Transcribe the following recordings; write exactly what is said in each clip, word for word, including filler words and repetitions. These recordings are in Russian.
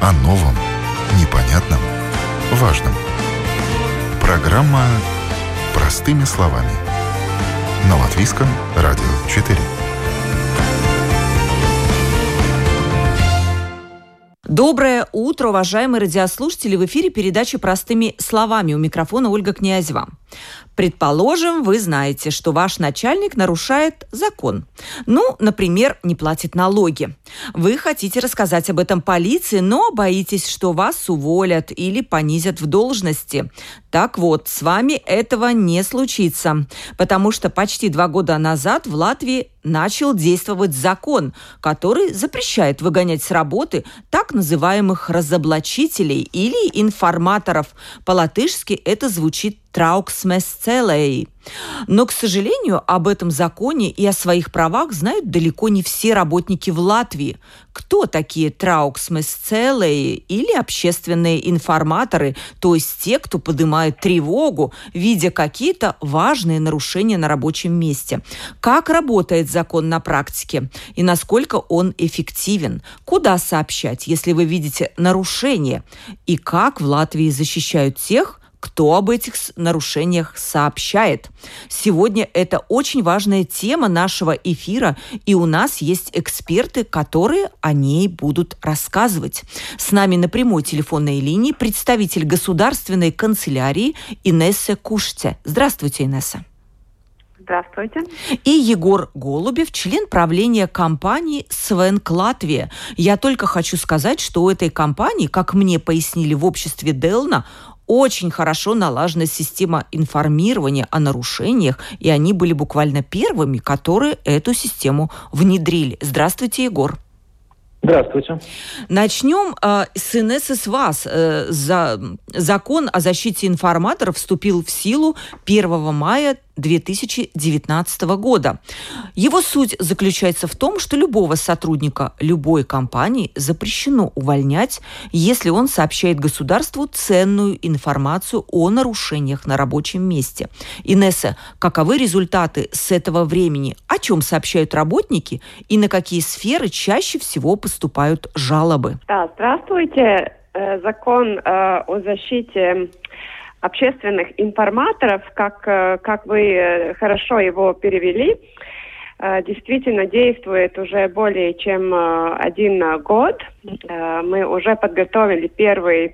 О новом, непонятном, важном. Программа «Простыми словами» на Латвийском радио четыре. Доброе утро, уважаемые радиослушатели! В эфире передача «Простыми словами». У микрофона Ольга Князева. Предположим, вы знаете, что ваш начальник нарушает закон. Ну, например, не платит налоги. Вы хотите рассказать об этом полиции, но боитесь, что вас уволят или понизят в должности. Так вот, с вами этого не случится, потому что почти два года назад в Латвии начал действовать закон, который запрещает выгонять с работы так называемых разоблачителей или информаторов. По-латышски это звучит «трауksmes cēlēji». Но, к сожалению, об этом законе и о своих правах знают далеко не все работники в Латвии. Кто такие «трауksmes cēlēji» или общественные информаторы, то есть те, кто поднимает тревогу, видя какие-то важные нарушения на рабочем месте? Как работает закон на практике и насколько он эффективен? Куда сообщать, если вы видите нарушения? И как в Латвии защищают тех, кто об этих нарушениях сообщает? Сегодня это очень важная тема нашего эфира, и у нас есть эксперты, которые о ней будут рассказывать. С нами на прямой телефонной линии представитель государственной канцелярии Инесса Куште. Здравствуйте, Инесса. Здравствуйте. И Егор Голубев, член правления компании «Свенк Латвия». Я только хочу сказать, что у этой компании, как мне пояснили в обществе Делна, очень хорошо налажена система информирования о нарушениях, и они были буквально первыми, которые эту систему внедрили. Здравствуйте, Егор. Здравствуйте. Начнем э, с Инессы, с вас. Э, за, закон о защите информаторов вступил в силу первого мая две тысячи девятнадцатого года. Его суть заключается в том, что любого сотрудника любой компании запрещено увольнять, если он сообщает государству ценную информацию о нарушениях на рабочем месте. Инесса, каковы результаты с этого времени? О чем сообщают работники и на какие сферы чаще всего поступают жалобы? Да, здравствуйте. Закон о защите общественных информаторов, как, как вы хорошо его перевели, действительно действует уже более чем один год. Мы уже подготовили первый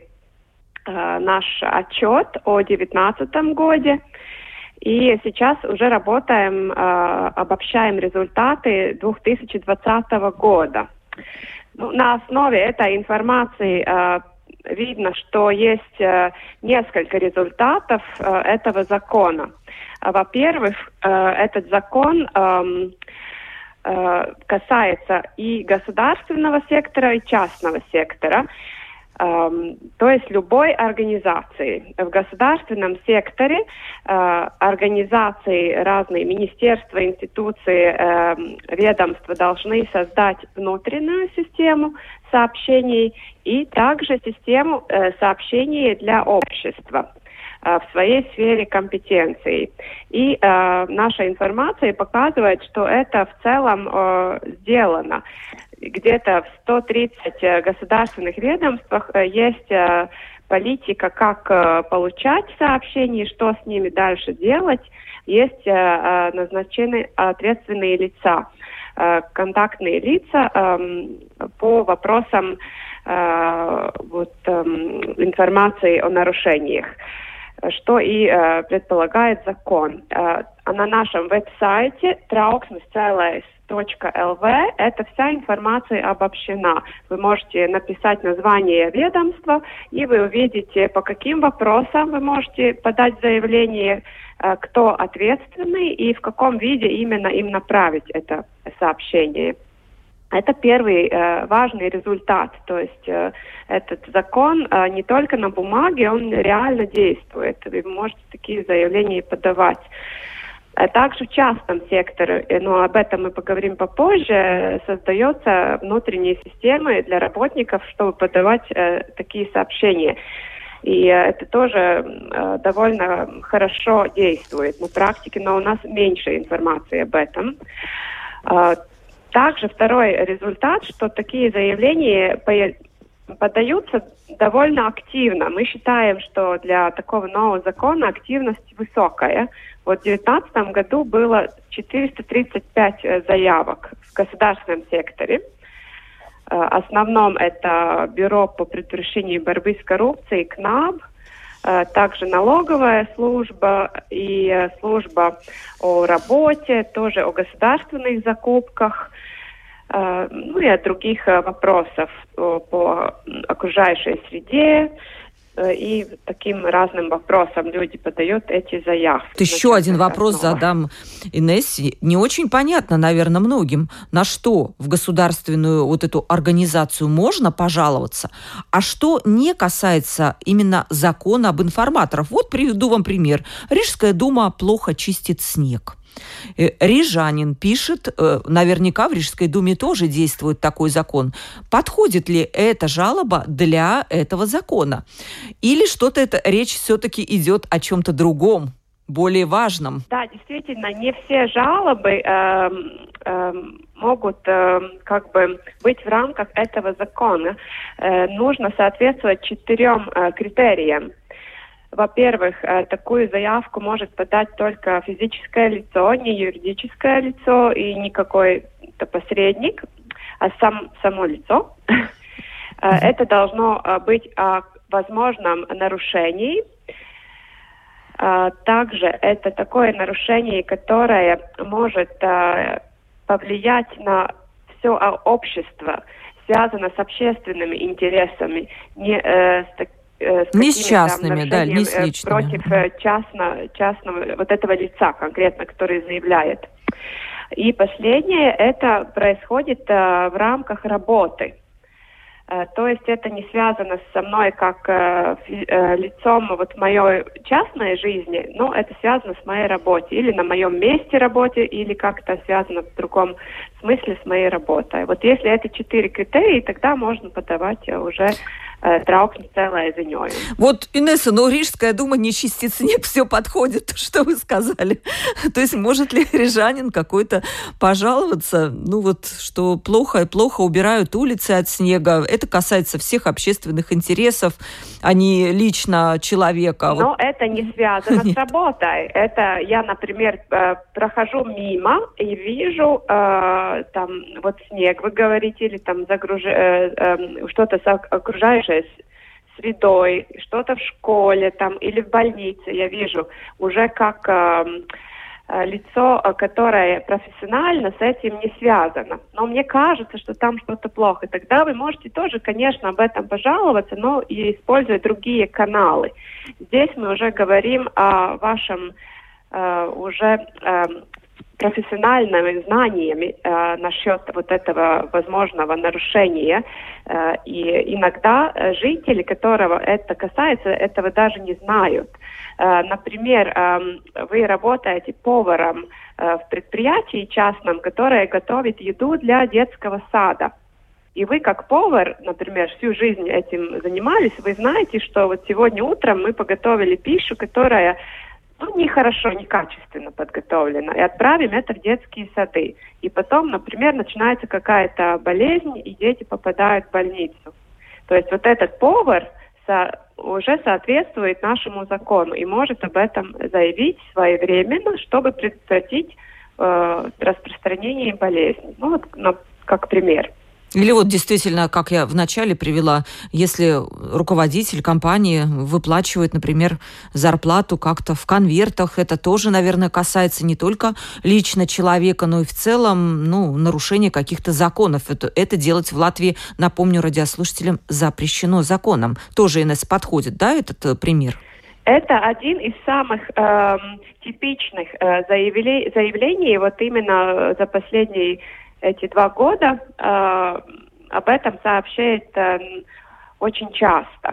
наш отчет о две тысячи девятнадцатом году. И сейчас уже работаем, обобщаем результаты две тысячи двадцатого года. На основе этой информации видно, что есть э, несколько результатов э, этого закона. Во-первых, э, этот закон э, э, касается и государственного сектора, и частного сектора. Э, то есть любой организации. В государственном секторе э, организации, разные министерства, институции, э, ведомства должны создать внутреннюю систему сообщений и также систему э, сообщений для общества э, в своей сфере компетенций. И э, наша информация показывает, что это в целом э, сделано. Где-то в ста тридцати государственных ведомствах э, есть э, политика, как э, получать сообщения, что с ними дальше делать. Есть э, э, назначены ответственные лица. контактные лица э, по вопросам э, вот, э, информации о нарушениях, что и э, предполагает закон. Э, на нашем веб-сайте трауksmes cēlējs точка эл ви эта вся информация обобщена. Вы можете написать название ведомства, и вы увидите, по каким вопросам вы можете подать заявление, кто ответственный и в каком виде именно им направить это сообщение. Это первый э, важный результат. То есть э, этот закон э, не только на бумаге, он реально действует. Вы можете такие заявления подавать. А также в частном секторе, но об этом мы поговорим попозже, создаются внутренние системы для работников, чтобы подавать э, такие сообщения. И э, это тоже э, довольно хорошо действует на практике, но у нас меньше информации об этом. Э, также второй результат, что такие заявления подаются довольно активно. Мы считаем, что для такого нового закона активность высокая. Вот в две тысячи девятнадцатом году было четыреста тридцать пять заявок в государственном секторе. Основном это Бюро по предотвращению и борьбы с коррупцией, КНАБ, также налоговая служба и служба о работе, тоже о государственных закупках, ну и о других вопросах по окружающей среде. И таким разным вопросам люди подают эти заявки. Еще один вопрос основах. задам Инессе. Не очень понятно, наверное, многим, на что в государственную вот эту организацию можно пожаловаться, а что не касается именно закона об информаторах. Вот приведу вам пример. Рижская дума плохо чистит снег. Рижанин пишет, наверняка в Рижской думе тоже действует такой закон. Подходит ли эта жалоба для этого закона? Или что-то это речь все-таки идет о чем-то другом, более важном? Да, действительно, не все жалобы э, э, могут э, как бы быть в рамках этого закона. Э, нужно соответствовать четырем э, критериям. Во-первых, такую заявку может подать только физическое лицо, не юридическое лицо и не какой-то посредник, а сам, само лицо. Это должно быть о возможном нарушении. Также это такое нарушение, которое может повлиять на все общество, связано с общественными интересами, не с такими С не с частными, да, не с личными. Против частно, частного, вот этого лица конкретно, который заявляет. И последнее, это происходит а, в рамках работы. А, то есть это не связано со мной как а, фи, а, лицом вот в моей частной жизни, но это связано с моей работой. Или на моем месте работы, или как-то связано в другом смысле с моей работой. Вот если это четыре критерия, тогда можно подавать уже трауksmes целое ziņojumu. Вот, Инесса, но Рижская дума не чистит снег, все подходит, что вы сказали. То есть может ли рижанин какой-то пожаловаться, ну вот, что плохо и плохо убирают улицы от снега? Это касается всех общественных интересов, а не лично человека. Но вот. Это не связано Нет. с работой. Это я, например, прохожу мимо и вижу э, там вот снег, вы говорите, или там загруж... э, э, что-то с окружающей средой, что-то в школе там или в больнице, я вижу уже как э, э, лицо, которое профессионально с этим не связано. Но мне кажется, что там что-то плохо. Тогда вы можете тоже, конечно, об этом пожаловаться, но и используя другие каналы. Здесь мы уже говорим о вашем э, уже э, профессиональными знаниями э, насчет вот этого возможного нарушения. Э, и иногда жители, которого это касается, этого даже не знают. Э, например, э, вы работаете поваром э, в предприятии частном, которое готовит еду для детского сада. И вы как повар, например, всю жизнь этим занимались, вы знаете, что вот сегодня утром мы подготовили пищу, которая ну, нехорошо, некачественно подготовлено, и отправим это в детские сады. И потом, например, начинается какая-то болезнь, и дети попадают в больницу. То есть вот этот повар со- уже соответствует нашему закону и может об этом заявить своевременно, чтобы предотвратить э, распространение болезни. Ну вот ну, как пример. Или вот действительно, как я вначале привела, если руководитель компании выплачивает, например, зарплату как-то в конвертах, это тоже, наверное, касается не только лично человека, но и в целом ну, нарушения каких-то законов. Это, это делать в Латвии, напомню радиослушателям, запрещено законом. Тоже, Инесса, подходит, да, этот э, пример? Это один из самых э, типичных э, заявлений, заявлений вот именно за последние эти два года э, об этом сообщает э, очень часто.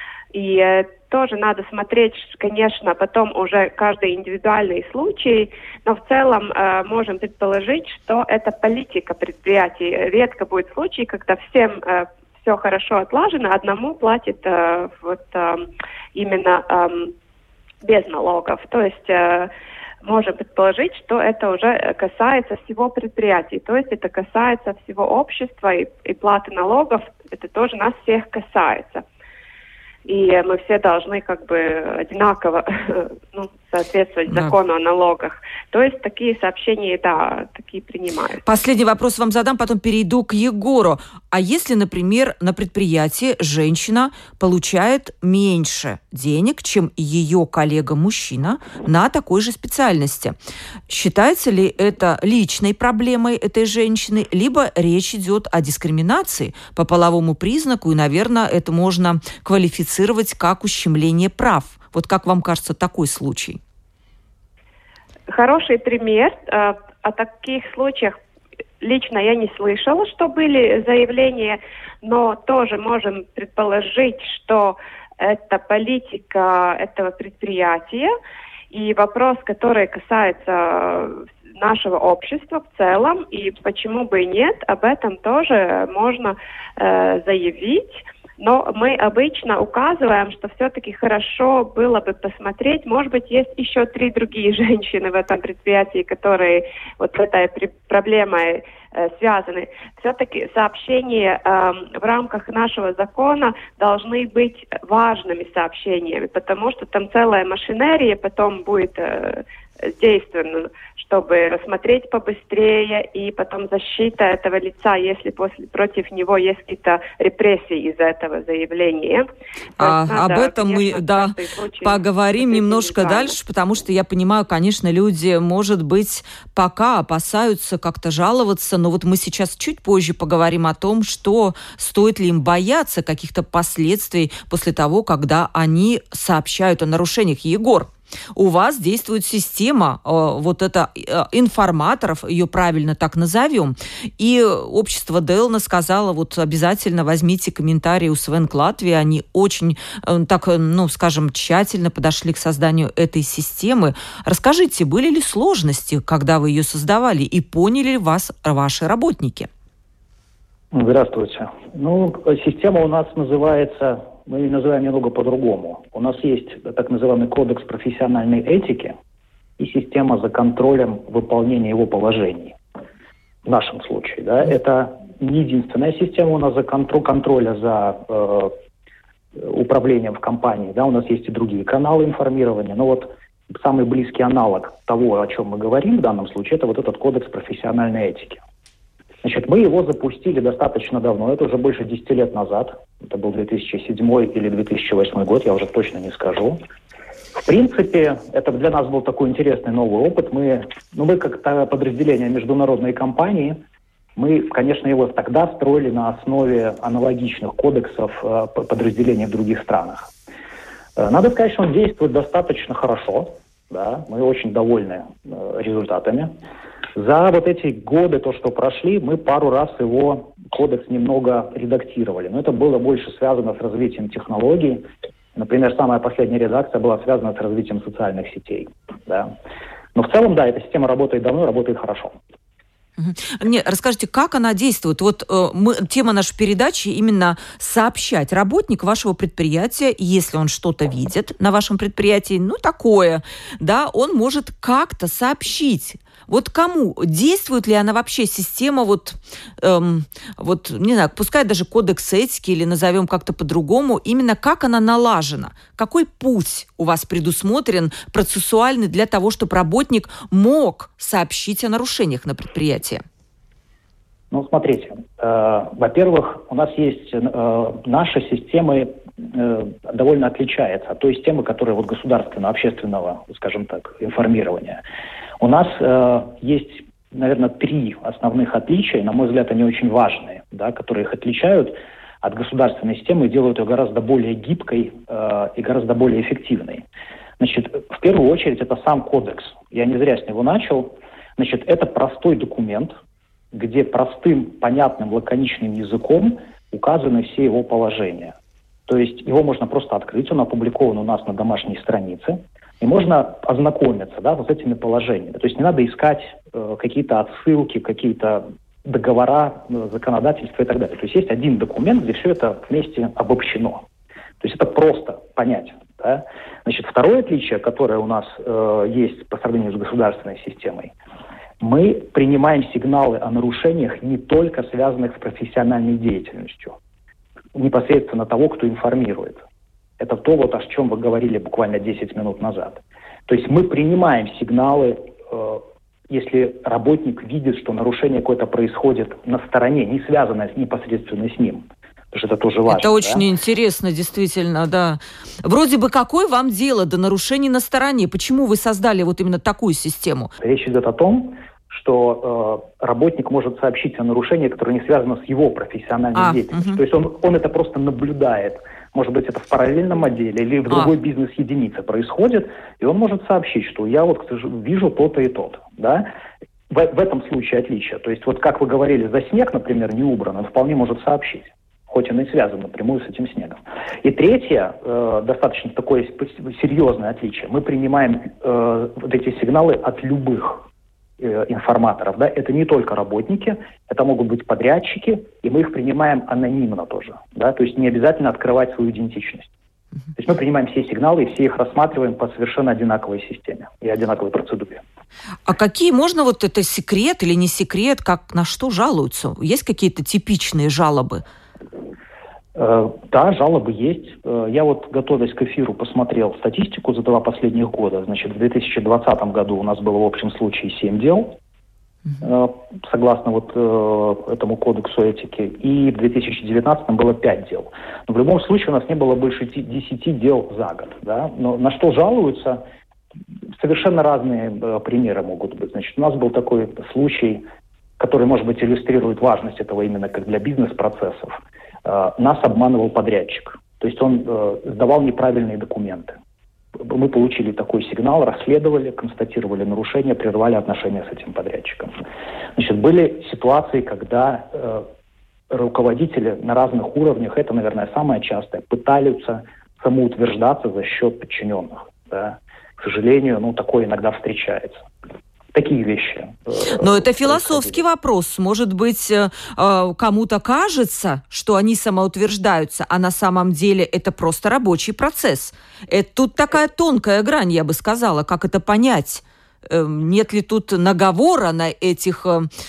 И э, тоже надо смотреть, конечно, потом уже каждый индивидуальный случай, но в целом э, можем предположить, что это политика предприятий. Редко будет случай, когда всем э, все хорошо отлажено, одному платит э, вот, э, именно э, без налогов. То есть э, можем предположить, что это уже касается всего предприятия. То есть это касается всего общества, и, и платы налогов, это тоже нас всех касается. И мы все должны как бы одинаково ну, соответствовать да. закону о налогах. То есть такие сообщения, да, такие принимают. Последний вопрос вам задам, потом перейду к Егору. А если, например, на предприятии женщина получает меньше денег, чем ее коллега-мужчина на такой же специальности, считается ли это личной проблемой этой женщины, либо речь идет о дискриминации по половому признаку, и, наверное, это можно квалифицировать как ущемление прав? Вот как вам кажется такой случай? Хороший пример. О таких случаях лично я не слышала, что были заявления, но тоже можем предположить, что это политика этого предприятия и вопрос, который касается нашего общества в целом, и почему бы и нет, об этом тоже можно э, заявить. Но мы обычно указываем, что все-таки хорошо было бы посмотреть, может быть, есть еще три другие женщины в этом предприятии, которые вот с этой проблемой э, связаны. Все-таки сообщения э, в рамках нашего закона должны быть важными сообщениями, потому что там целая машинерия потом будет э, действенна, чтобы рассмотреть побыстрее, и потом защита этого лица, если после, против него есть какие-то репрессии из-за этого заявления. А, надо, об этом конечно, мы да, поговорим немножко дальше, потому что я понимаю, конечно, люди, может быть, пока опасаются как-то жаловаться, но вот мы сейчас чуть позже поговорим о том, что стоит ли им бояться каких-то последствий после того, когда они сообщают о нарушениях. Егор, у вас действует система, э, вот это э, информаторов, ее правильно так назовем, и общество Делна сказало, вот обязательно возьмите комментарии у Свенк Латвии, они очень, э, так, ну, скажем, тщательно подошли к созданию этой системы. Расскажите, были ли сложности, когда вы ее создавали, и поняли ли вас ваши работники? Здравствуйте. Ну, система у нас называется... Мы ее называем немного по-другому. У нас есть так называемый кодекс профессиональной этики и система за контролем выполнения его положений. В нашем случае, да, это не единственная система у нас за контроль, контроля за э, управлением в компании. Да, у нас есть и другие каналы информирования. Но вот самый близкий аналог того, о чем мы говорим в данном случае, это вот этот кодекс профессиональной этики. Значит, мы его запустили достаточно давно, это уже больше десяти лет назад. Это был две тысячи седьмой или две тысячи восьмой год, я уже точно не скажу. В принципе, это для нас был такой интересный новый опыт. Мы, ну, мы как подразделение международной компании, мы, конечно, его тогда строили на основе аналогичных кодексов э, подразделений в других странах. Э, надо сказать, что он действует достаточно хорошо. Да, мы очень довольны э, результатами. За вот эти годы, то, что прошли, мы пару раз его кодекс немного редактировали. Но это было больше связано с развитием технологий. Например, самая последняя редакция была связана с развитием социальных сетей. Да. Но в целом, да, эта система работает давно, работает хорошо. Мне расскажите, как она действует? Вот э, мы, тема нашей передачи именно сообщать работник вашего предприятия, если он что-то видит на вашем предприятии, ну такое, да, он может как-то сообщить. Вот кому? Действует ли она вообще, система, вот, эм, вот, не знаю, пускай даже кодекс этики или назовем как-то по-другому, именно как она налажена? Какой путь у вас предусмотрен процессуальный для того, чтобы работник мог сообщить о нарушениях на предприятии? Ну, смотрите, э, во-первых, у нас есть э, наши системы э, довольно отличаются от той системы, которая вот государственного, общественного, скажем так, информирования. У нас э, есть, наверное, три основных отличия, на мой взгляд, они очень важные, да, которые их отличают от государственной системы и делают ее гораздо более гибкой э, и гораздо более эффективной. Значит, в первую очередь, это сам кодекс. Я не зря с него начал. Значит, это простой документ, где простым, понятным, лаконичным языком указаны все его положения. То есть его можно просто открыть, он опубликован у нас на домашней странице, и можно ознакомиться, да, вот с этими положениями. То есть не надо искать э, какие-то отсылки, какие-то договора, э, законодательства и так далее. То есть есть один документ, где все это вместе обобщено. То есть это просто понять. Да? Значит, второе отличие, которое у нас э, есть по сравнению с государственной системой, мы принимаем сигналы о нарушениях, не только связанных с профессиональной деятельностью, непосредственно того, кто информирует. Это то, вот, о чем вы говорили буквально десять минут назад. То есть мы принимаем сигналы, э, если работник видит, что нарушение какое-то происходит на стороне, не связанное непосредственно с ним. Потому что это тоже важно. Это очень да? интересно, действительно, да. Вроде бы какое вам дело до нарушений на стороне? Почему вы создали вот именно такую систему? Речь идет о том, что э, работник может сообщить о нарушении, которое не связано с его профессиональной а, деятельностью. Угу. То есть он, он это просто наблюдает. Может быть, это в параллельном отделе или в другой а. бизнес-единице происходит, и он может сообщить, что я вот вижу то-то и то-то. Да? В, в этом случае отличие. То есть вот как вы говорили, за снег, например, не убран, он вполне может сообщить, хоть он и связан напрямую с этим снегом. И третье, э, достаточно такое серьезное отличие. Мы принимаем э, вот эти сигналы от любых информаторов, да, это не только работники, это могут быть подрядчики, и мы их принимаем анонимно тоже, да, то есть не обязательно открывать свою идентичность. То есть мы принимаем все сигналы и все их рассматриваем по совершенно одинаковой системе и одинаковой процедуре. А какие, можно вот это секрет или не секрет, как на что жалуются? Есть какие-то типичные жалобы? Да, жалобы есть. Я вот, готовясь к эфиру, посмотрел статистику за два последних года. Значит, в две тысячи двадцатом году у нас было в общем случае семь дел, uh-huh. согласно вот этому кодексу этики, и в две тысячи девятнадцатом было пять дел. Но в любом случае у нас не было больше десяти дел за год. Да? Но на что жалуются? Совершенно разные примеры могут быть. Значит, у нас был такой случай, который, может быть, иллюстрирует важность этого именно как для бизнес-процессов. Нас обманывал подрядчик. То есть он э, сдавал неправильные документы. Мы получили такой сигнал, расследовали, констатировали нарушение, прервали отношения с этим подрядчиком. Значит, были ситуации, когда э, руководители на разных уровнях, это, наверное, самое частое, пытаются самоутверждаться за счет подчиненных. Да? К сожалению, ну, такое иногда встречается. Такие вещи. Но это философский вопрос. Может быть, кому-то кажется, что они самоутверждаются, а на самом деле это просто рабочий процесс. Это тут такая тонкая грань, я бы сказала. Как это понять? Нет ли тут наговора на этих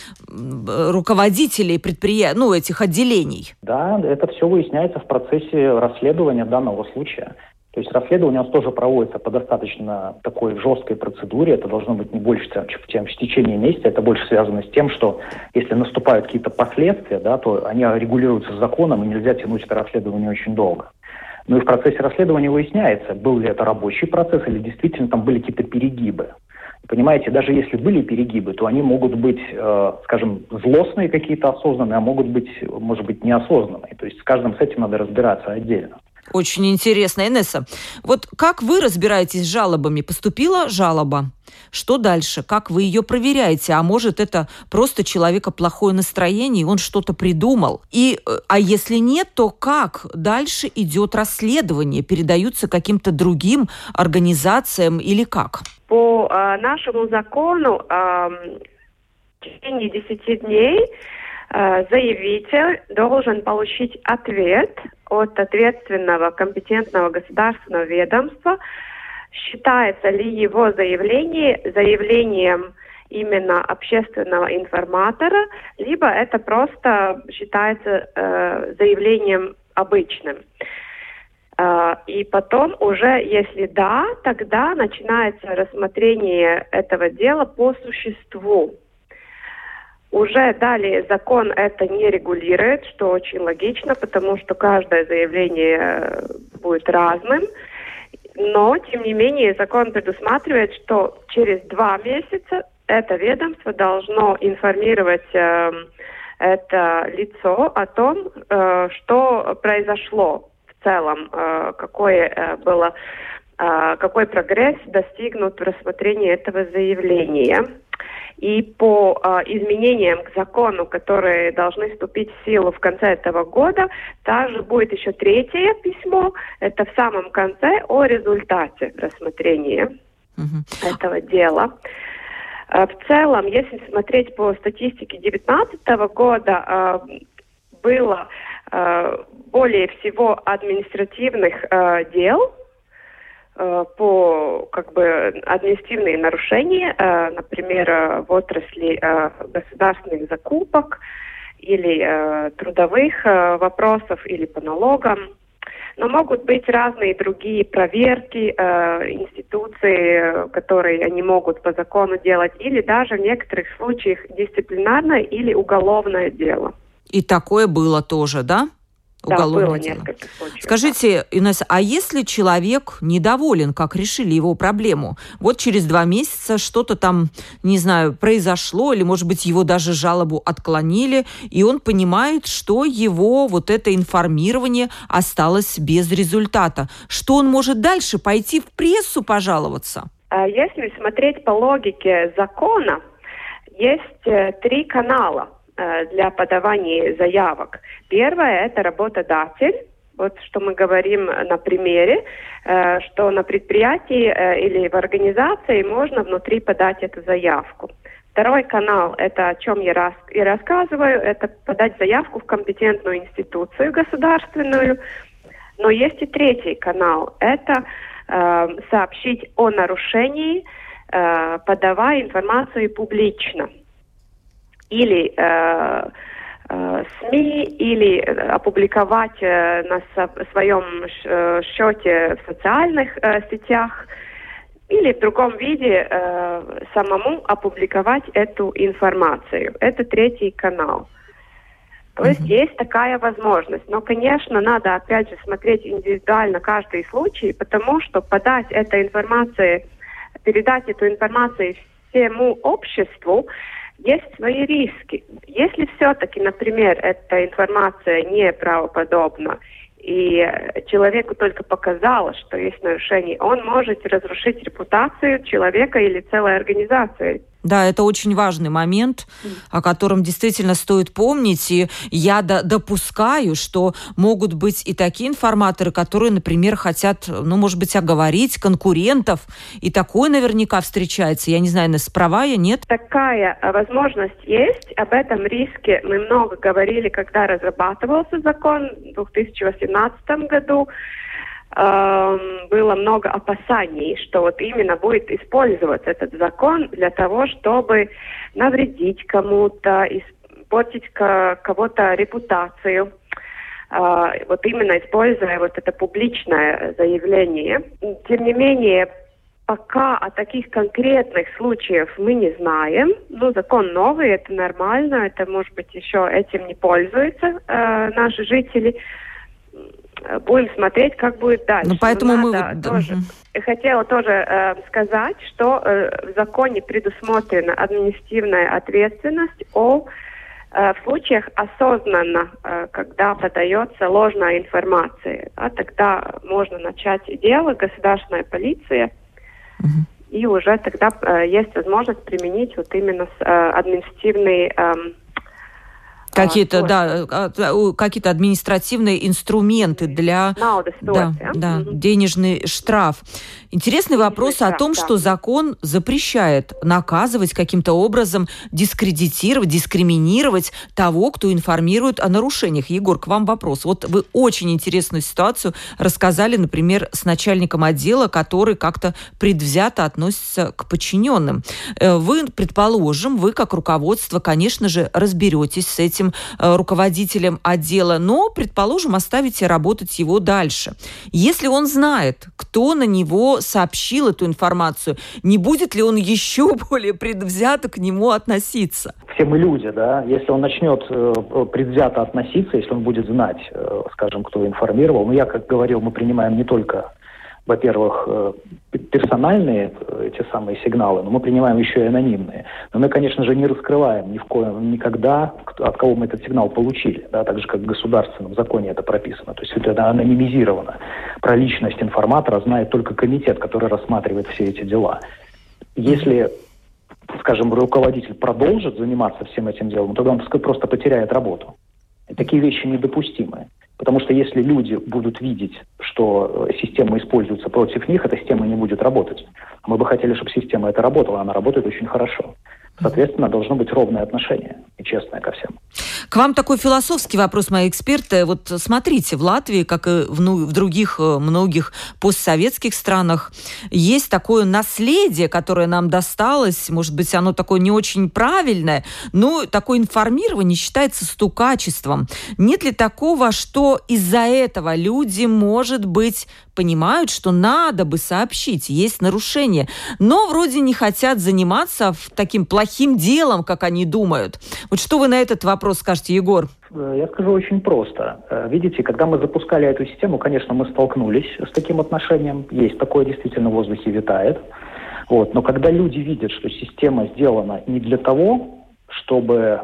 руководителей предприятий, ну, этих отделений? Да, это все выясняется в процессе расследования данного случая. То есть расследование у нас тоже проводится по достаточно такой жесткой процедуре. Это должно быть не больше, чем в течение месяца. Это больше связано с тем, что если наступают какие-то последствия, да, то они регулируются законом, и нельзя тянуть это расследование очень долго. Ну и в процессе расследования выясняется, был ли это рабочий процесс или действительно там были какие-то перегибы. Понимаете, даже если были перегибы, то они могут быть, э, скажем, злостные какие-то осознанные, а могут быть, может быть, неосознанные. То есть с каждым с этим надо разбираться отдельно. Очень интересно. Инесса, вот как вы разбираетесь с жалобами? Поступила жалоба. Что дальше? Как вы ее проверяете? А может, это просто человека плохое настроение, и он что-то придумал? И, а если нет, то как дальше идет расследование? Передаются каким-то другим организациям или как? По э, нашему закону э, в течение десяти дней э, заявитель должен получить ответ от ответственного компетентного государственного ведомства, считается ли его заявление заявлением именно общественного информатора, либо это просто считается э, заявлением обычным. Э, и потом уже, если да, тогда начинается рассмотрение этого дела по существу. Уже далее закон это не регулирует, что очень логично, потому что каждое заявление будет разным. Но, тем не менее, закон предусматривает, что через два месяца это ведомство должно информировать э, это лицо о том, э, что произошло в целом, э, какое э, было, э, какой прогресс достигнут в рассмотрении этого заявления. И по э, изменениям к закону, которые должны вступить в силу в конце этого года, также будет еще третье письмо. Это в самом конце о результате рассмотрения uh-huh. этого дела. Э, в целом, если смотреть по статистике две тысячи девятнадцатого года, э, было э, более всего административных э, дел, э, по как бы административные нарушения, э, например, э, в отрасли э, государственных закупок или э, трудовых э, вопросов, или по налогам. Но могут быть разные другие проверки э, институций, которые они могут по закону делать, или даже в некоторых случаях дисциплинарное или уголовное дело. И такое было тоже, да? Уголовное да, было дело. Несколько случаев. Скажите, Инесса, а если человек недоволен, как решили его проблему, вот через два месяца что-то там, не знаю, произошло, или, может быть, его даже жалобу отклонили, и он понимает, что его вот это информирование осталось без результата. Что он может дальше? Пойти в прессу пожаловаться? Если смотреть по логике закона, есть три канала для подавания заявок. Первое – это работодатель. Вот что мы говорим на примере, что на предприятии или в организации можно внутри подать эту заявку. Второй канал – это о чем я рас, и рассказываю, это подать заявку в компетентную институцию государственную. Но есть и третий канал – это э, сообщить о нарушении, э, подавая информацию публично. Или э, э, СМИ, или опубликовать э, на со- своем э, счете в социальных э, сетях, или в другом виде э, самому опубликовать эту информацию. Это третий канал. То есть mm-hmm. есть такая возможность. Но, конечно, надо, опять же, смотреть индивидуально каждый случай, потому что подать эту информацию, передать эту информацию всему обществу, есть свои риски. Если все-таки, например, эта информация неправдоподобна, и человеку только показалось, что есть нарушение, он может разрушить репутацию человека или целой организации. Да, это очень важный момент, о котором действительно стоит помнить. И я до- допускаю, что могут быть и такие информаторы, которые, например, хотят, ну, может быть, оговорить конкурентов. И такое наверняка встречается. Я не знаю, Инесса, права я, нет? Такая возможность есть. Об этом риске мы много говорили, когда разрабатывался закон в две тысячи восемнадцатом году. Было много опасений, что вот именно будет использоваться этот закон для того, чтобы навредить кому-то, испортить кого-то репутацию. Вот именно используя вот это публичное заявление. Тем не менее, пока о таких конкретных случаях мы не знаем. Ну, закон новый, это нормально, это, может быть, еще этим не пользуются э, наши жители. Будем смотреть, как будет дальше. Ну, поэтому мы... Тоже, хотела тоже э, сказать, что э, в законе предусмотрена административная ответственность о, э, в случаях осознанно, э, когда подается ложная информация. А тогда можно начать дело, государственная полиция, угу. и уже тогда э, есть возможность применить вот именно с, э, административный... Э, Какие-то, а, да, какие-то административные инструменты для да, да, mm-hmm. денежный штраф. Интересный денежный вопрос штраф, о том, да. что закон запрещает наказывать каким-то образом, дискредитировать, дискриминировать того, кто информирует о нарушениях. Егор, к вам вопрос. Вот вы очень интересную ситуацию рассказали, например, с начальником отдела, который как-то предвзято относится к подчиненным. Вы, предположим, вы как руководство, конечно же, разберетесь с этим руководителем отдела, но, предположим, оставите работать его дальше. Если он знает, кто на него сообщил эту информацию, не будет ли он еще более предвзято к нему относиться? Все мы люди, да. Если он начнет э, предвзято относиться, если он будет знать, э, скажем, кто информировал, ну, я, как говорил, мы принимаем не только, во-первых, персональные эти самые сигналы, но мы принимаем еще и анонимные. Но мы, конечно же, не раскрываем ни в коем, никогда, от кого мы этот сигнал получили, да, так же, как в государственном законе это прописано. То есть это анонимизировано. Про личность информатора знает только комитет, который рассматривает все эти дела. Если, скажем, руководитель продолжит заниматься всем этим делом, тогда он просто потеряет работу. И такие вещи недопустимы. Потому что если люди будут видеть, что система используется против них, эта система не будет работать. Мы бы хотели, чтобы система эта работала, она работает очень хорошо. Соответственно, должно быть ровное отношение и честное ко всем. К вам такой философский вопрос, мои эксперты. Вот смотрите, в Латвии, как и в, ну, в других многих постсоветских странах, есть такое наследие, которое нам досталось. Может быть, оно такое не очень правильное, но такое информирование считается стукачеством. Нет ли такого, что из-за этого люди, может быть, понимают, что надо бы сообщить, есть нарушение, но вроде не хотят заниматься таким плохим делом, как они думают? Вот что вы на этот вопрос скажете, Егор? Я скажу очень просто. Видите, когда мы запускали эту систему, конечно, мы столкнулись с таким отношением. Есть такое, действительно, в воздухе витает. Вот. Но когда люди видят, что система сделана не для того, чтобы,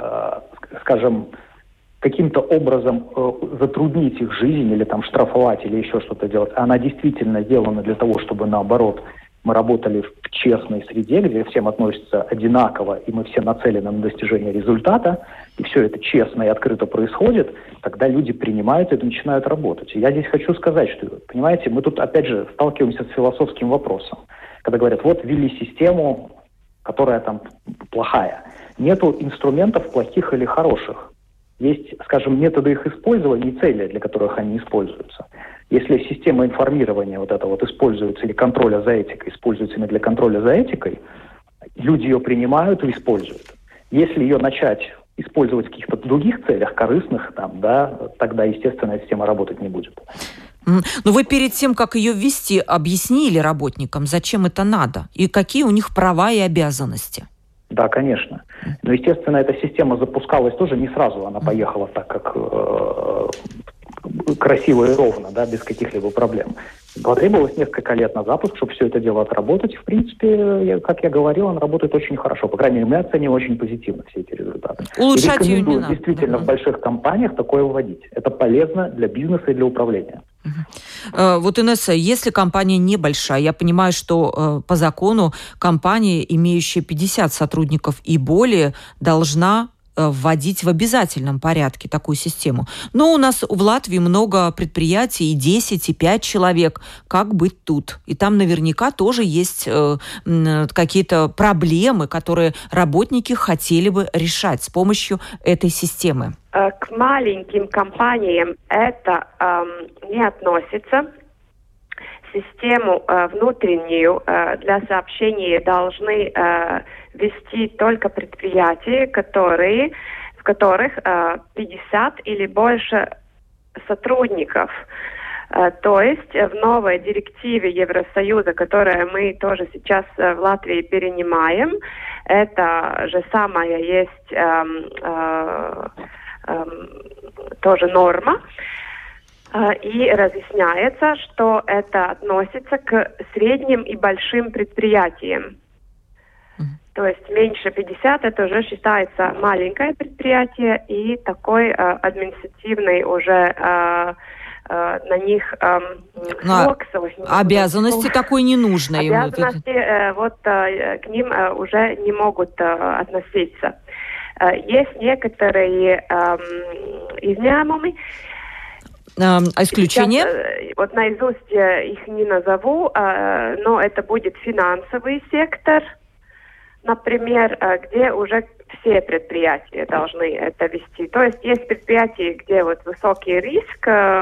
скажем, каким-то образом затруднить их жизнь или там штрафовать или еще что-то делать, а она действительно сделана для того, чтобы, наоборот, мы работали в честной среде, где всем относятся одинаково, и мы все нацелены на достижение результата, и все это честно и открыто происходит, тогда люди принимают это и начинают работать. И я здесь хочу сказать, что, понимаете, мы тут, опять же, сталкиваемся с философским вопросом. Когда говорят, вот ввели систему, которая там плохая. Нету инструментов плохих или хороших. Есть, скажем, методы их использования и цели, для которых они используются. Если система информирования вот это вот используется, или контроля за этикой используется именно для контроля за этикой, люди ее принимают и используют. Если ее начать использовать в каких-то других целях, корыстных, там, да, тогда, естественно, эта система работать не будет. Но вы перед тем, как ее ввести, объяснили работникам, зачем это надо и какие у них права и обязанности? Да, конечно. Но, естественно, эта система запускалась тоже не сразу. Она поехала так, как э, красиво и ровно, да, без каких-либо проблем. Потребовалось несколько лет на запуск, чтобы все это дело отработать. В принципе, я, как я говорил, она работает очень хорошо. По крайней мере, мы оцениваем очень позитивно все эти результаты. Улучшать ее не надо. Действительно, uh-huh. в больших компаниях такое вводить. Это полезно для бизнеса и для управления. Uh-huh. Вот, Инесса, если компания небольшая, я понимаю, что по закону компания, имеющая пятьдесят сотрудников и более, должна вводить в обязательном порядке такую систему. Но у нас в Латвии много предприятий, и десять, и пять человек. Как быть тут? И там наверняка тоже есть э, какие-то проблемы, которые работники хотели бы решать с помощью этой системы. К маленьким компаниям это э, не относится. Систему э, внутреннюю э, для сообщения должны э, вести только предприятия, которые, в которых э, пятьдесят или больше сотрудников. Э, то есть в новой директиве Евросоюза, которую мы тоже сейчас э, в Латвии перенимаем, это же самое есть э, э, э, тоже норма. И разъясняется, что это относится к средним и большим предприятиям. Mm-hmm. То есть меньше пятьдесят это уже считается маленькое предприятие, и такой э, административный уже э, э, на них э, флокс, обязанности такой не нужно. Обязанности э, вот э, к ним э, уже не могут э, относиться. Э, есть некоторые э, изъемы. А исключение? Сейчас, вот наизусть их не назову, но это будет финансовый сектор, например, где уже все предприятия должны это вести. То есть есть предприятия, где вот высокий риск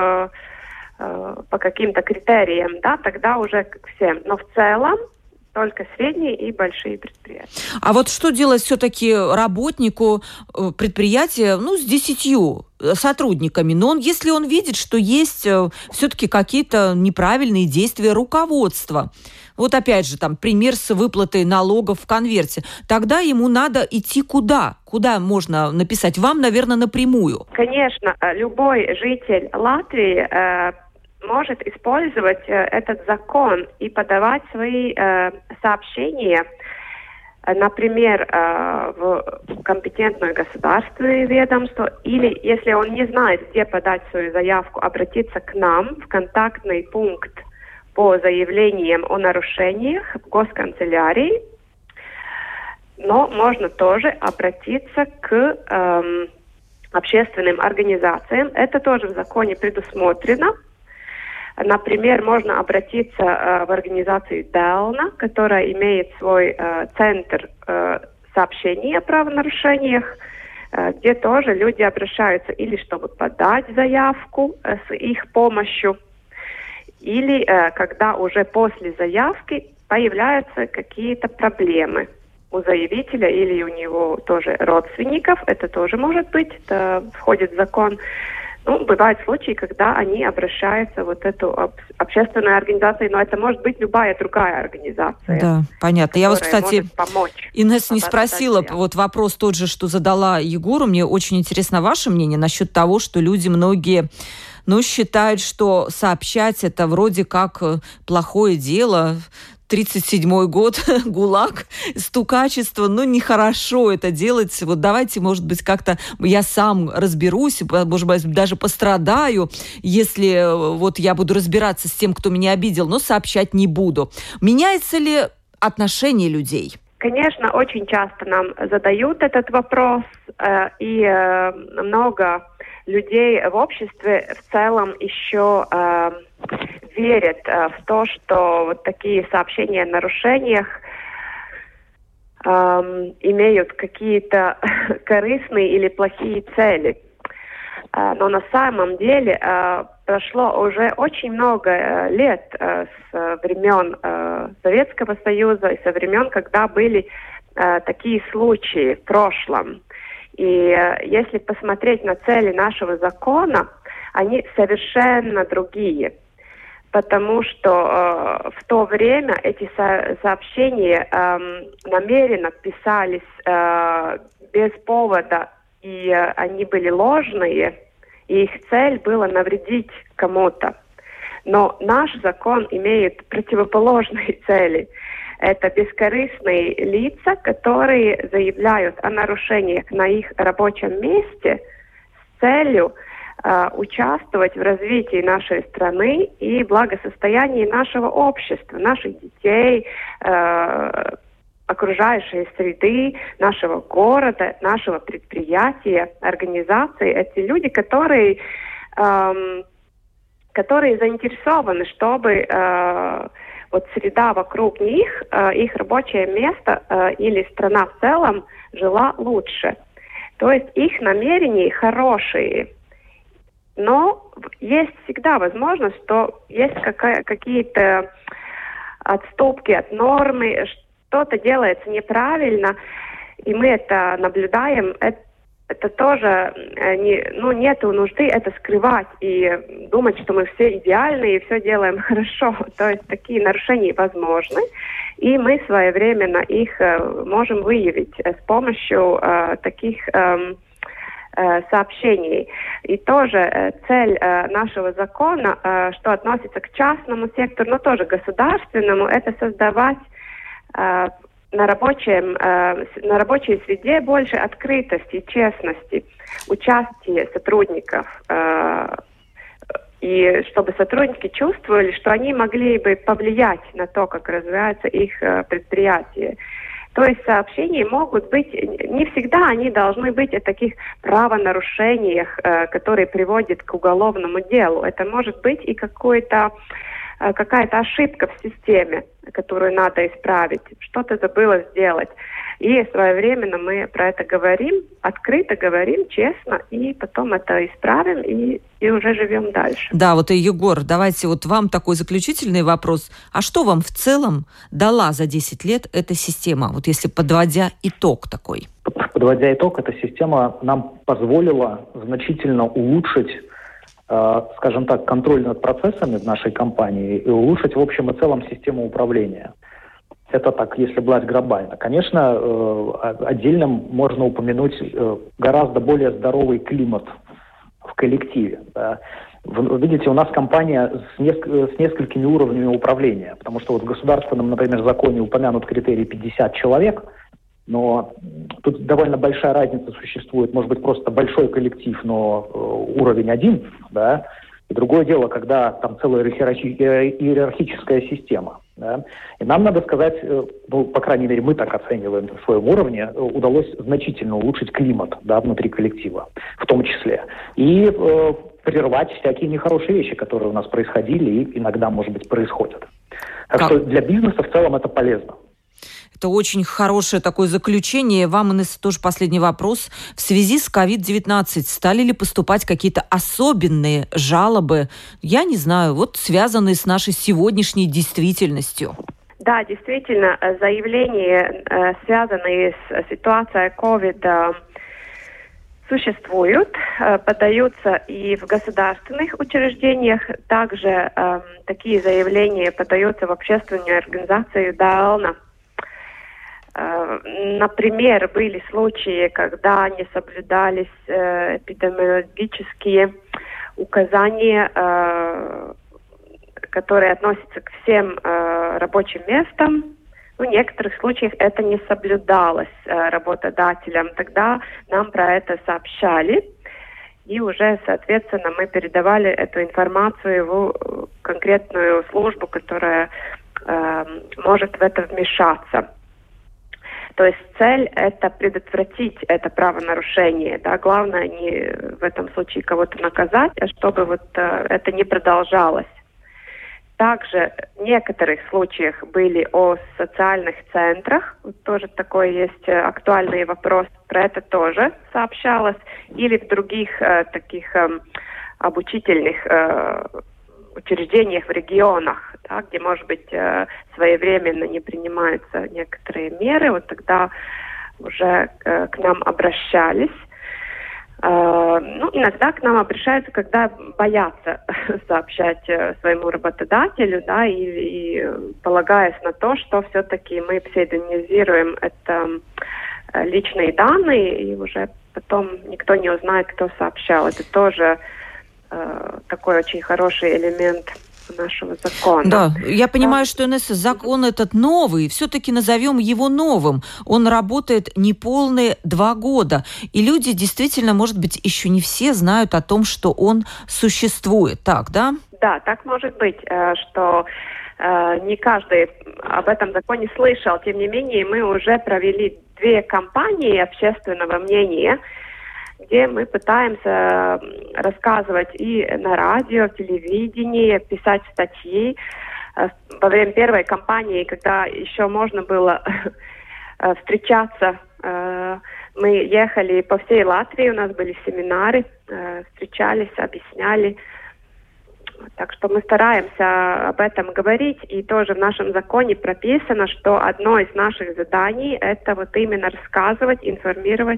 по каким-то критериям, да, тогда уже всем. Но в целом только средние и большие предприятия. А вот что делать все-таки работнику предприятия, ну, с десятью сотрудниками? Но он, если он видит, что есть все-таки какие-то неправильные действия руководства, вот опять же, там, пример с выплатой налогов в конверте, тогда ему надо идти куда? Куда можно написать? Вам, наверное, напрямую. Конечно, любой житель Латвии э, может использовать э, этот закон и подавать свои э, сообщения, э, например, э, в компетентное государственное ведомство, или, если он не знает, где подать свою заявку, обратиться к нам в контактный пункт по заявлениям о нарушениях в госканцелярии, но можно тоже обратиться к э, общественным организациям. Это тоже в законе предусмотрено. Например, можно обратиться э, в организацию Делна, которая имеет свой э, центр э, сообщений о правонарушениях, где тоже люди обращаются или чтобы подать заявку с их помощью, или когда уже после заявки появляются какие-то проблемы у заявителя или у него тоже родственников. Это тоже может быть, это входит в закон. Ну, бывают случаи, когда они обращаются в вот эту об- общественную организацию, но это может быть любая другая организация. Да, понятно. Я вот, кстати, Инесс не спросила, заявку. Вот вопрос тот же, что задала Егору. Мне очень интересно ваше мнение насчет того, что люди многие, ну, считают, что сообщать это вроде как плохое дело. тридцать седьмой год, ГУЛАГ, стукачество, ну, нехорошо это делать. Вот давайте, может быть, как-то я сам разберусь, может быть, даже пострадаю, если вот я буду разбираться с тем, кто меня обидел, но сообщать не буду. Меняется ли отношение людей? Конечно, очень часто нам задают этот вопрос, э, и э, много людей в обществе в целом еще э, верят э, в то, что вот такие сообщения о нарушениях э, имеют какие-то корыстные или плохие цели. Э, но на самом деле э, прошло уже очень много э, лет э, с времен э, Советского Союза и со времен, когда были э, такие случаи в прошлом. И э, если посмотреть на цели нашего закона, они совершенно другие. Потому что э, в то время эти со- сообщения э, намеренно писались э, без повода, и э, они были ложные, и их цель была навредить кому-то. Но наш закон имеет противоположные цели. Это бескорыстные лица, которые заявляют о нарушениях на их рабочем месте с целью э, участвовать в развитии нашей страны и благосостоянии нашего общества, наших детей, э, окружающей среды, нашего города, нашего предприятия, организации. Эти люди, которые, э, которые заинтересованы, чтобы э, вот среда вокруг них, э, их рабочее место э, или страна в целом жила лучше. То есть их намерения хорошие. Но есть всегда возможность, что есть какая- какие-то отступки от нормы, что-то делается неправильно, и мы это наблюдаем. Это, это тоже не, ну, нету нужды это скрывать и думать, что мы все идеальны и все делаем хорошо. То есть такие нарушения возможны, и мы своевременно их э, можем выявить с помощью э, таких э, э, сообщений. И тоже э, цель э, нашего закона, э, что относится к частному сектору, но тоже государственному, это создавать э, на, рабочем, э, на рабочей среде больше открытости, честности, участия сотрудников. Э, и чтобы сотрудники чувствовали, что они могли бы повлиять на то, как развивается их э, предприятие. То есть сообщения могут быть, не всегда они должны быть о таких правонарушениях, э, которые приводят к уголовному делу. Это может быть и какой-то какая-то ошибка в системе, которую надо исправить, что-то забыла сделать. И своевременно мы про это говорим, открыто говорим, честно, и потом это исправим, и, и уже живем дальше. Да, вот, и Егор, давайте вот вам такой заключительный вопрос. А что вам в целом дала за десять лет эта система, вот если подводя итог такой? Подводя итог, эта система нам позволила значительно улучшить, скажем так, контроль над процессами в нашей компании и улучшить в общем и целом систему управления. Это так, если брать глобально. Конечно, отдельно можно упомянуть гораздо более здоровый климат в коллективе. Да. Вы видите, у нас компания с, неск- с несколькими уровнями управления, потому что вот в государственном, например, законе упомянут критерий пятьдесят человек, но тут довольно большая разница существует. Может быть, просто большой коллектив, но э, уровень один, да, и другое дело, когда там целая иерархи- иерархическая система. Да. И нам надо сказать, э, ну, по крайней мере, мы так оцениваем на своем уровне, э, удалось значительно улучшить климат, да, внутри коллектива, в том числе. И э, прервать всякие нехорошие вещи, которые у нас происходили и иногда, может быть, происходят. Так как? что для бизнеса в целом это полезно. Это очень хорошее такое заключение. Вам, Инесса, тоже последний вопрос. В связи с ковид девятнадцать стали ли поступать какие-то особенные жалобы, я не знаю, вот связанные с нашей сегодняшней действительностью? Да, действительно, заявления, связанные с ситуацией ковида, существуют, подаются и в государственных учреждениях, также э, такие заявления подаются в общественную организацию «Дална». Э, например, были случаи, когда не соблюдались э, эпидемиологические указания, э, которые относятся к всем э, рабочим местам. В некоторых случаях это не соблюдалось э, работодателем. Тогда нам про это сообщали. И уже, соответственно, мы передавали эту информацию в конкретную службу, которая э, может в это вмешаться. То есть цель – это предотвратить это правонарушение. Да? Главное не в этом случае кого-то наказать, а чтобы вот э, это не продолжалось. Также в некоторых случаях были о социальных центрах. Вот тоже такой есть актуальный вопрос. Про это тоже сообщалось. Или в других э, таких э, обучительных э, учреждениях в регионах, да, где, может быть, э, своевременно не принимаются некоторые меры. Вот тогда уже э, к нам обращались. Ну, иногда к нам обращаются, когда боятся сообщать своему работодателю, да, и, и полагаясь на то, что все-таки мы псевдонимизируем это личные данные, и уже потом никто не узнает, кто сообщал. Это тоже э, такой очень хороший элемент нашего закона. Да, я понимаю, что, Инесса, закон этот новый, все-таки назовем его новым. Он работает неполные два года. И люди действительно, может быть, еще не все знают о том, что он существует. Так, да? Да, так может быть, что не каждый об этом законе слышал. Тем не менее, мы уже провели две кампании общественного мнения, где мы пытаемся рассказывать и на радио, телевидении, писать статьи. Во время первой кампании, когда еще можно было встречаться, мы ехали по всей Латвии, у нас были семинары, встречались, объясняли. Так что мы стараемся об этом говорить, и тоже в нашем законе прописано, что одно из наших заданий – это вот именно рассказывать, информировать,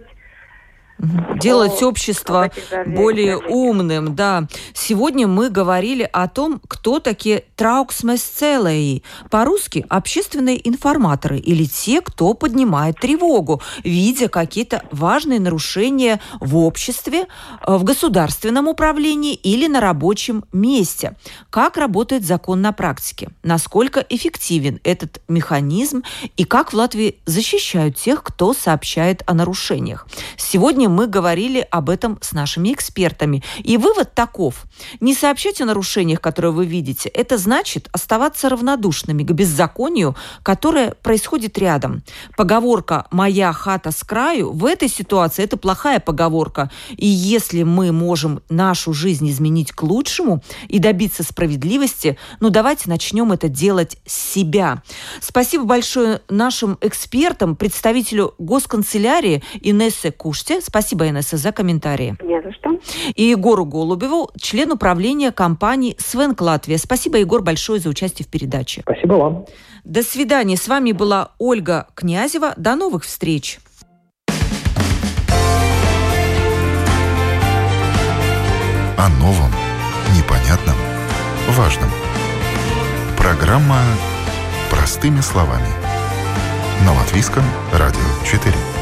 делать общество более умным, да. Сегодня мы говорили о том, кто такие трауksmēscēlēji. По-русски общественные информаторы или те, кто поднимает тревогу, видя какие-то важные нарушения в обществе, в государственном управлении или на рабочем месте. Как работает закон на практике? Насколько эффективен этот механизм и как в Латвии защищают тех, кто сообщает о нарушениях? Сегодня мы говорили об этом с нашими экспертами. И вывод таков. Не сообщать о нарушениях, которые вы видите, это значит оставаться равнодушными к беззаконию, которое происходит рядом. Поговорка «моя хата с краю» в этой ситуации это плохая поговорка. И если мы можем нашу жизнь изменить к лучшему и добиться справедливости, ну давайте начнем это делать с себя. Спасибо большое нашим экспертам, представителю госканцелярии Инессе Куште. Спасибо, Инесса, за комментарии. Не за что. И Егору Голубеву, член управления компании «Свенк Латвия». Спасибо, Егор, большое за участие в передаче. Спасибо вам. До свидания. С вами была Ольга Князева. До новых встреч. О новом, непонятном, важном. Программа «Простыми словами». На Латвийском радио четыре.